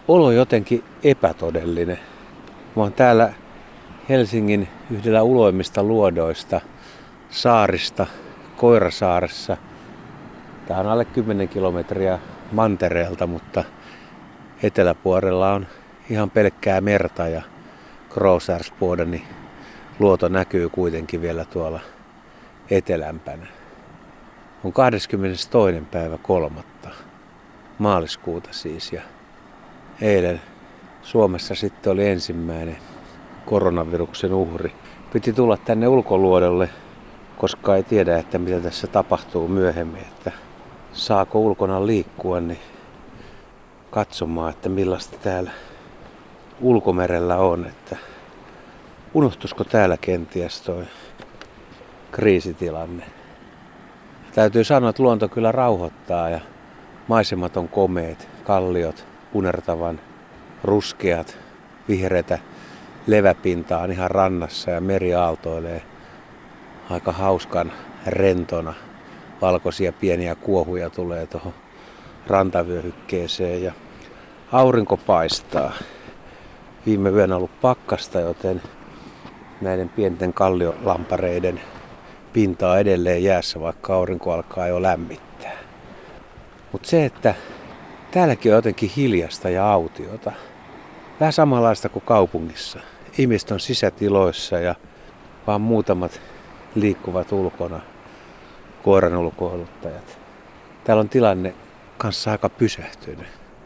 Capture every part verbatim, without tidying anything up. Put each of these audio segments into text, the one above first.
olo jotenkin epätodellinen. Mä oon täällä Helsingin yhdellä uloimmista luodoista, saarista, Koirasaaressa. Tää on alle kymmenen kilometriä mantereelta, mutta eteläpuolella on ihan pelkkää merta ja Gråsärspodeni luoto näkyy kuitenkin vielä tuolla etelämpänä. On kahdeskymmenestoinen päivä kolmatta maaliskuuta siis, ja eilen Suomessa sitten oli ensimmäinen koronaviruksen uhri. Piti tulla tänne ulkoluodolle, koska ei tiedä, että mitä tässä tapahtuu myöhemmin, että saako ulkona liikkua, niin katsomaan, että millaista täällä ulkomerellä on, että unohtuisiko täällä kenties toi kriisitilanne. Täytyy sanoa, että luonto kyllä rauhoittaa ja maisemat on komeet, kalliot, punertavan ruskeat, vihreätä leväpintaa on ihan rannassa ja meri aaltoilee aika hauskan rentona. Valkoisia pieniä kuohuja tulee tuohon rantavyöhykkeeseen ja aurinko paistaa. Viime yönä on ollut pakkasta, joten näiden pienten kalliolampareiden pinta on edelleen jäässä, vaikka aurinko alkaa jo lämmittää. Mutta se, että täälläkin on jotenkin hiljasta ja autiota. Vähän samanlaista kuin kaupungissa. Ihmiset on sisätiloissa ja vaan muutamat liikkuvat ulkona, koiran ulkoiluttajat. Täällä on tilanne kanssa aika pysähtynyt.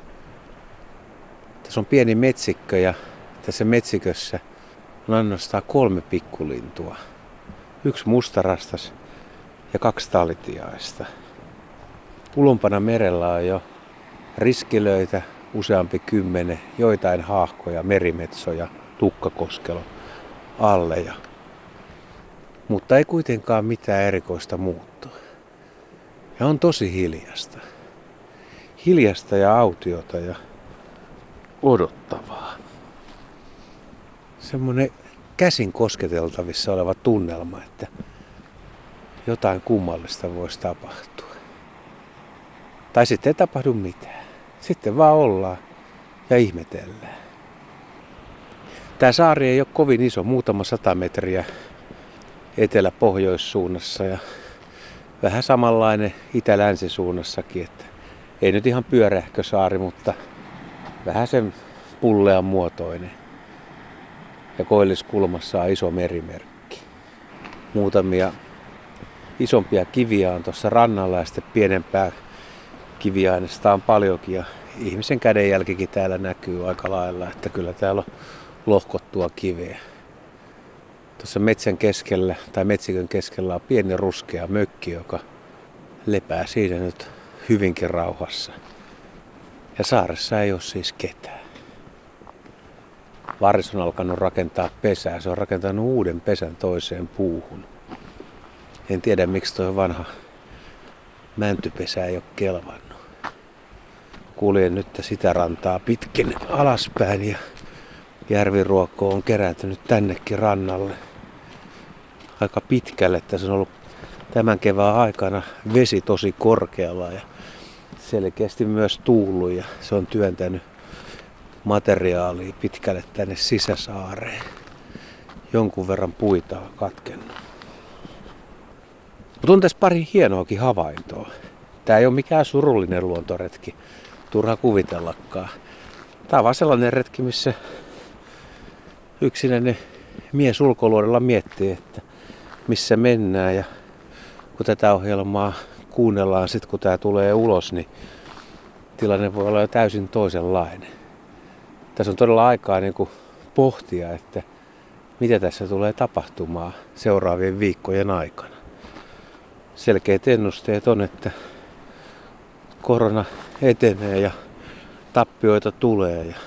Tässä on pieni metsikkö ja tässä metsikössä on ainoastaan kolme pikkulintua. Yksi mustarastas ja kaksi talitiaista. Ulompana merellä on jo riskilöitä, useampi kymmenen, joitain haahkoja, merimetsoja, tukkakoskelo, alleja. Mutta ei kuitenkaan mitään erikoista muuttua. Ja on tosi hiljasta. Hiljasta ja autiota ja odottavaa. Semmoinen käsin kosketeltavissa oleva tunnelma, että jotain kummallista voisi tapahtua. Tai sitten ei tapahdu mitään. Sitten vaan ollaan ja ihmetellään. Tämä saari ei ole kovin iso, muutama sata metriä etelä-pohjoissuunnassa ja vähän samanlainen itä-länsisuunnassakin. Että ei nyt ihan pyörähkö saari, mutta vähän sen pullean muotoinen. Ja koilliskulmassa on iso merimerkki. Muutamia isompia kiviä on tuossa rannalla ja sitten pienempää kiviainesta on paljonkin. Ja ihmisen kädenjälkikin täällä näkyy aika lailla, että kyllä täällä on lohkottua kiveä. Tuossa metsän keskellä tai metsikön keskellä on pieni ruskea mökki, joka lepää siinä nyt hyvinkin rauhassa. Ja saaressa ei ole siis ketään. Varis on alkanut rakentaa pesää. Se on rakentanut uuden pesän toiseen puuhun. En tiedä, miksi tuo vanha mäntypesä ei ole kelvannut. Kuljen nyt sitä rantaa pitkin alaspäin ja järviruokko on kerääntynyt tännekin rannalle aika pitkälle. Tässä on ollut tämän kevään aikana vesi tosi korkealla ja selkeästi myös tuullut ja se on työntänyt materiaalia pitkälle tänne sisäsaareen. Jonkun verran puita on katkennut. Mutta on tässä pari hienoakin havaintoa. Tää ei ole mikään surullinen luontoretki. Turha kuvitellakaan. Tää on vaan sellainen retki, missä yksinäinen mies ulkoluodolla miettii, että missä mennään. Ja kun tätä ohjelmaa kuunnellaan sit kun tää tulee ulos, niin tilanne voi olla jo täysin toisenlainen. Tässä on todella aikaa niin kuin pohtia, että mitä tässä tulee tapahtumaan seuraavien viikkojen aikana. Selkeät ennusteet on, että korona etenee ja tappioita tulee ja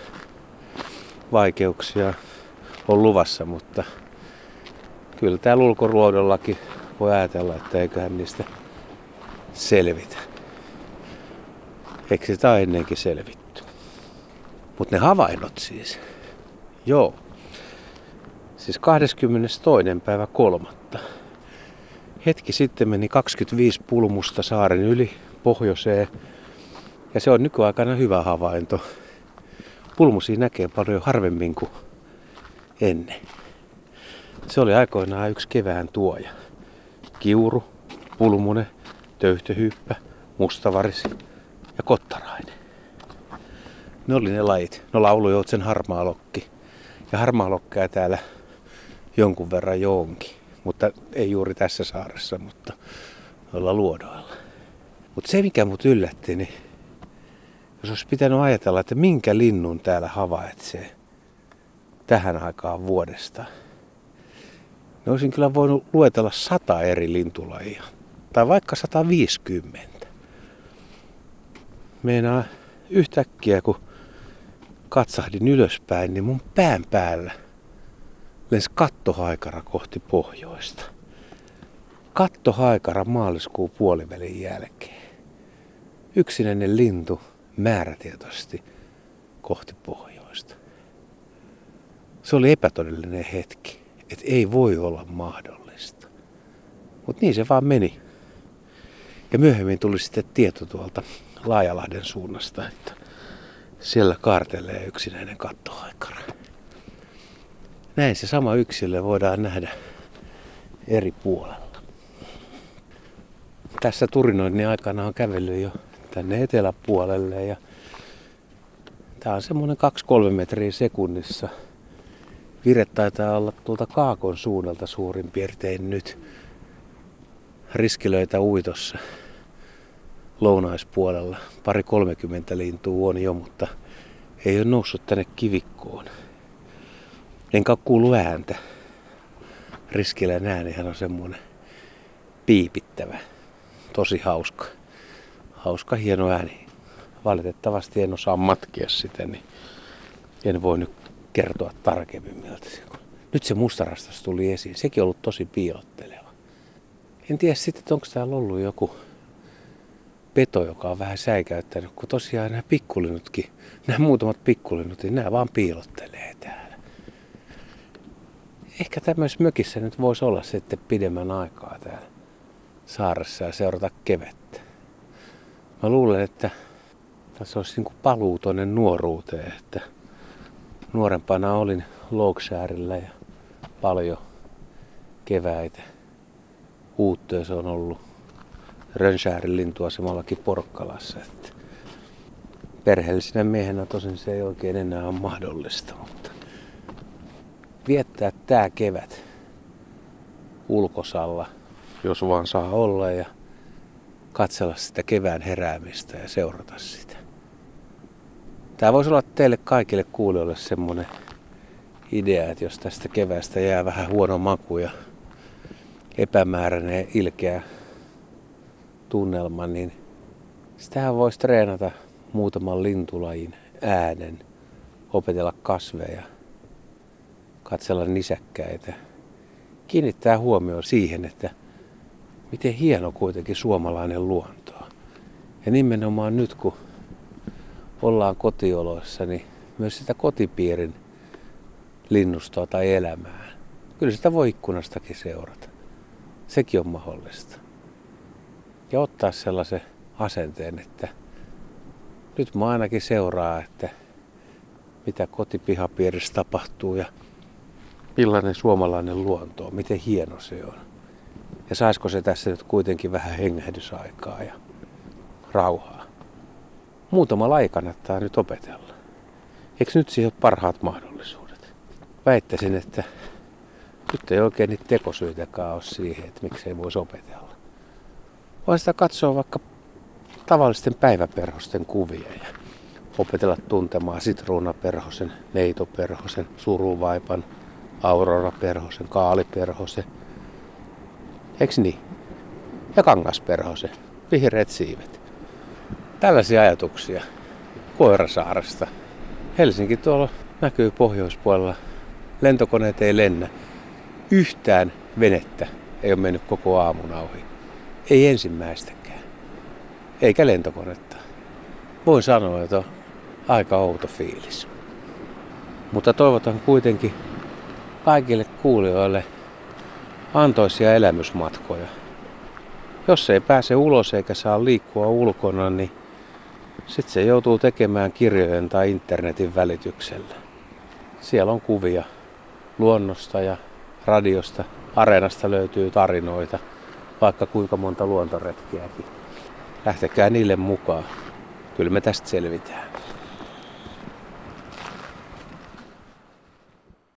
vaikeuksia on luvassa, mutta kyllä täällä ulkoruodollakin voi ajatella, että eiköhän niistä selvitä. Eikö sitä ole ennenkin selvitty? Mutta ne havainnot siis. Joo. Siis kahdeskymmenestoinen päivä kolmatta. Hetki sitten meni kaksikymmentäviisi pulmusta saaren yli pohjoiseen. Ja se on nykyaikana hyvä havainto. pulmusia näkee paljon harvemmin kuin ennen. Se oli aikoinaan yksi kevään tuoja. Kiuru, pulmune, töyhtöhyyppä, mustavaris ja kottarainen. Ne oli ne lajit. No laulujoutsen harmaalokki. Ja harmaalokkeja täällä jonkun verran jo onkin. Mutta ei juuri tässä saaressa, mutta noilla luodoilla. Mutta se mikä mut yllätti, niin jos olisi pitänyt ajatella, että minkä linnun täällä havaitsee tähän aikaan vuodesta, niin olisin kyllä voinut luetella sata eri lintulajia. Tai vaikka sata viisikymmentä. Meinaa yhtäkkiä, kun katsahdin ylöspäin, niin mun pään päällä lensi kattohaikara kohti pohjoista. Kattohaikara maaliskuun puolivälin jälkeen. Yksinäinen lintu määrätietoisesti kohti pohjoista. Se oli epätodellinen hetki, että ei voi olla mahdollista. Mutta niin se vaan meni. Ja myöhemmin tuli sitten tieto tuolta Laajalahden suunnasta, että siellä kaartelee yksinäinen kattohaikara. Näin se sama yksilö voidaan nähdä eri puolella. Tässä turinoinnin aikana on kävellyt jo tänne eteläpuolelle ja tää on semmoinen kaksi kolme metriä sekunnissa. Vire taitaa olla tuolta Kaakon suunnalta suurin piirtein nyt. Riskilöitä uitossa lounaispuolella. Pari kolmekymmentä lintua on jo, mutta ei ole noussut tänne kivikkoon. Enkä ole kuullut ääntä. Riskilän äänihän on semmoinen piipittävä. Tosi hauska. Hauska hieno ääni. Valitettavasti en osaa matkia sitä, niin en voi nyt kertoa tarkemmin miltä se on. Nyt se mustarastas tuli esiin. Sekin on ollut tosi piilotteleva. En tiedä sitten, että onko täällä ollut joku peto, joka on vähän säikäyttänyt, kun tosiaan nämä pikkulinnutkin, nämä muutamat pikkulinnut, niin nämä vaan piilottelee täällä. Ehkä tämmöisessä mökissä nyt voisi olla sitten pidemmän aikaa täällä saaressa ja seurata kevättä. Mä luulen, että tässä olisi niin kuin paluu tuonne nuoruuteen, että nuorempana olin Logsharella ja paljon keväitä. Uuttöä se on ollut Rönnskärrin lintuasemallakin Porkkalassa. Että perheellisenä miehenä tosin se ei oikein enää ole mahdollista, mutta viettää tää kevät ulkosalla, jos vaan saa olla ja katsella sitä kevään heräämistä ja seurata sitä. Tää voisi olla teille kaikille kuulijoille semmonen idea, että jos tästä keväästä jää vähän huono maku ja epämääräinen ilkeä tunnelma, niin sitähän voisi treenata muutaman lintulajin äänen, opetella kasveja, katsella nisäkkäitä, kiinnittää huomioon siihen, että miten hieno kuitenkin suomalainen luonto on. Ja nimenomaan nyt, kun ollaan kotioloissa, niin myös sitä kotipiirin linnustoa tai elämää. Kyllä sitä voi ikkunastakin seurata. Sekin on mahdollista. Ja ottaa sellaisen asenteen, että nyt mä ainakin seuraa, että mitä kotipihapiirissä tapahtuu ja millainen suomalainen luonto on, miten hieno se on. Ja saisiko se tässä nyt kuitenkin vähän hengähdysaikaa ja rauhaa. Muutama laji kannattaa nyt opetella. Eikö nyt siihen ole parhaat mahdollisuudet? Väittäisin, että nyt ei oikein niitä tekosyitäkään ole siihen, että miksei voisi opetella. Voin sitä katsoa vaikka tavallisten päiväperhosten kuvia ja opetella tuntemaan sitruunaperhosen, neitoperhosen, suruvaipan, auroraperhosen, kaaliperhosen. Eiks niin? Ja kangasperhosen, vihreät siivet. Tällaisia ajatuksia Koirasaaresta. Helsinki tuolla näkyy pohjoispuolella. Lentokoneet ei lennä. Yhtään venettä ei ole mennyt koko aamun auki. Ei ensimmäistäkään. Eikä lentokonetta. Voin sanoa, että on aika outo fiilis. Mutta toivotan kuitenkin kaikille kuulijoille antoisia elämysmatkoja. Jos ei pääse ulos eikä saa liikkua ulkona, niin Sitten se joutuu tekemään kirjojen tai internetin välityksellä. Siellä on kuvia luonnosta ja radiosta. Areenasta löytyy tarinoita, vaikka kuinka monta luontoretkiäkin. Lähtekää niille mukaan. Kyllä me tästä selvitään.